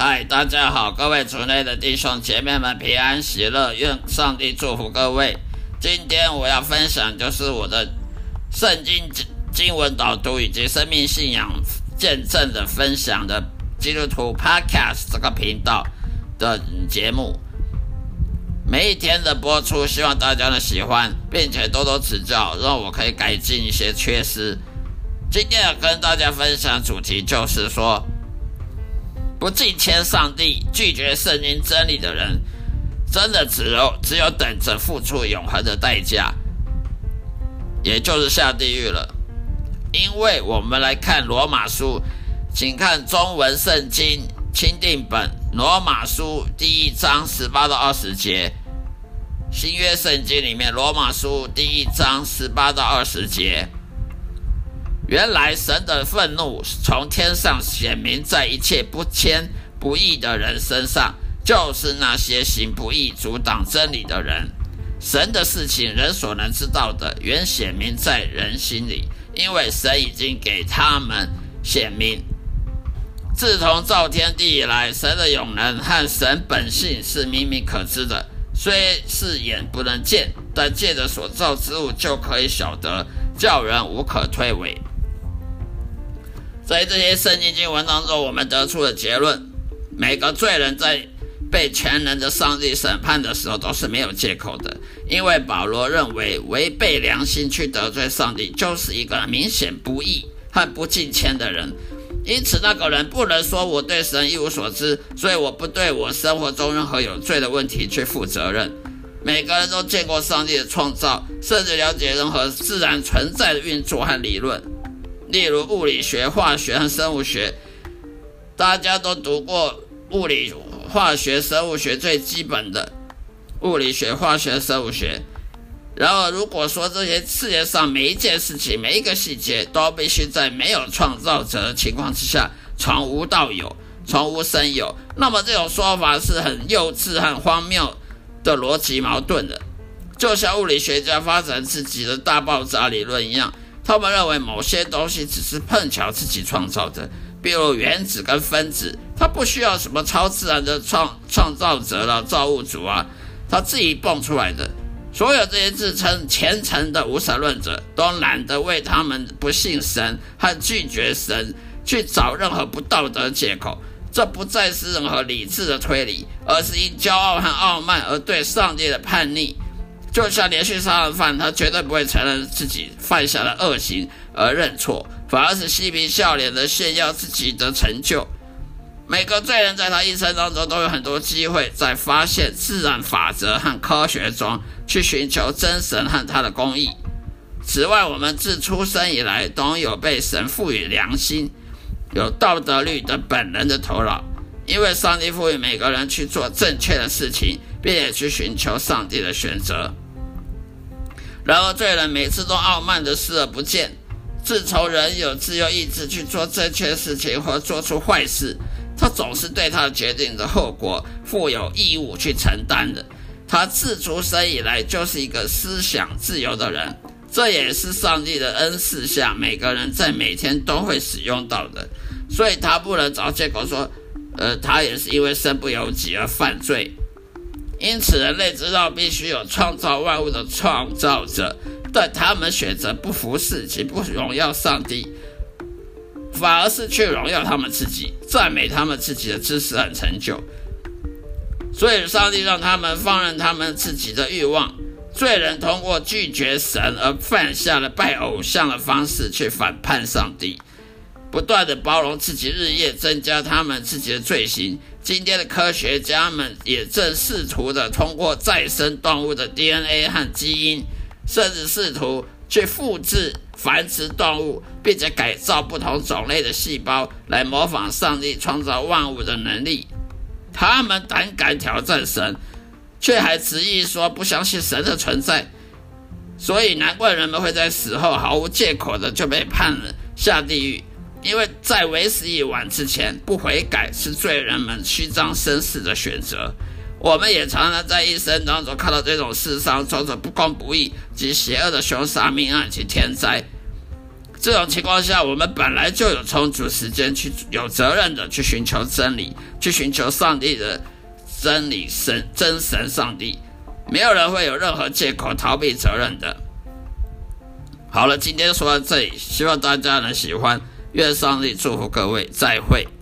嗨，大家好，各位族内的弟兄姐妹们平安喜乐，愿上帝祝福各位。今天我要分享就是我的圣经经文导读以及生命信仰见证的分享的基督徒 Podcast 这个频道的节目。每一天的播出，希望大家的喜欢，并且多多指教，让我可以改进一些缺失。今天要跟大家分享主题就是说，不敬虔上帝、拒绝圣经真理的人，真的只有等着付出永恒的代价，也就是下地狱了。因为我们来看罗马书，请看中文圣经钦定本罗马书第1章18到20节，新约圣经里面罗马书第1章18到20节。原来神的愤怒从天上显明在一切不虔不义的人身上，就是那些行不义阻挡真理的人。神的事情人所能知道的，原显明在人心里，因为神已经给他们显明。自从造天地以来，神的永能和神本性是明明可知的，虽是眼不能见，但借着所造之物就可以晓得，叫人无可推诿。在这些圣经经文当中，我们得出的结论，每个罪人在被全能的上帝审判的时候都是没有借口的，因为保罗认为违背良心去得罪上帝就是一个明显不义和不敬虔的人。因此那个人不能说我对神一无所知，所以我不对我生活中任何有罪的问题去负责任。每个人都见过上帝的创造，甚至了解任何自然存在的运作和理论，例如物理学、化学和生物学。大家都读过物理、化学、生物学最基本的物理学、化学、生物学。然而如果说这些世界上每一件事情、每一个细节都必须在没有创造者的情况之下从无到有、从无生有，那么这种说法是很幼稚和荒谬的逻辑矛盾的。就像物理学家发展自己的大爆炸理论一样，他们认为某些东西只是碰巧自己创造的，比如原子跟分子，它不需要什么超自然的创造者了、造物主啊，它自己蹦出来的。所有这些自称虔诚的无神论者都懒得为他们不信神和拒绝神去找任何不道德的借口，这不再是任何理智的推理，而是因骄傲和傲慢而对上帝的叛逆。就像连续杀人犯，他绝对不会承认自己犯下的恶行而认错，反而是嬉皮笑脸的炫耀自己的成就。每个罪人在他一生当中都有很多机会在发现自然法则和科学中去寻求真神和他的公义。此外，我们自出生以来都有被神赋予良心、有道德律的本能的头脑，因为上帝赋予每个人去做正确的事情，并且去寻求上帝的选择。然而罪人每次都傲慢的视而不见，自从人有自由意志去做正确的事情或做出坏事，他总是对他的决定的后果负有义务去承担的。他自出生以来就是一个思想自由的人，这也是上帝的恩赐下每个人在每天都会使用到的，所以他不能找借口说他也是因为身不由己而犯罪。因此人类知道必须有创造万物的创造者，但他们选择不服侍及不荣耀上帝，反而是去荣耀他们自己，赞美他们自己的知识和成就。所以上帝让他们放任他们自己的欲望，罪人通过拒绝神而犯下了拜偶像的方式去反叛上帝，不断的包容自己，日夜增加他们自己的罪行。今天的科学家们也正试图的通过再生动物的 DNA 和基因，甚至试图去复制繁殖动物，并且改造不同种类的细胞来模仿上帝创造万物的能力。他们胆敢挑战神，却还执意说不相信神的存在，所以难怪人们会在死后毫无借口的就被判了下地狱。因为在为时已晚之前不悔改是罪人们虚张声势的选择。我们也常常在一生当中看到这种世上种种不公不义及邪恶的凶杀命案及天灾， 这种情况下，我们本来就有充足时间有责任的去寻求真理，去寻求上帝的真理真神上帝，没有人会有任何借口逃避责任的。好了，今天说到这里，希望大家能喜欢，愿上帝祝福各位，再会。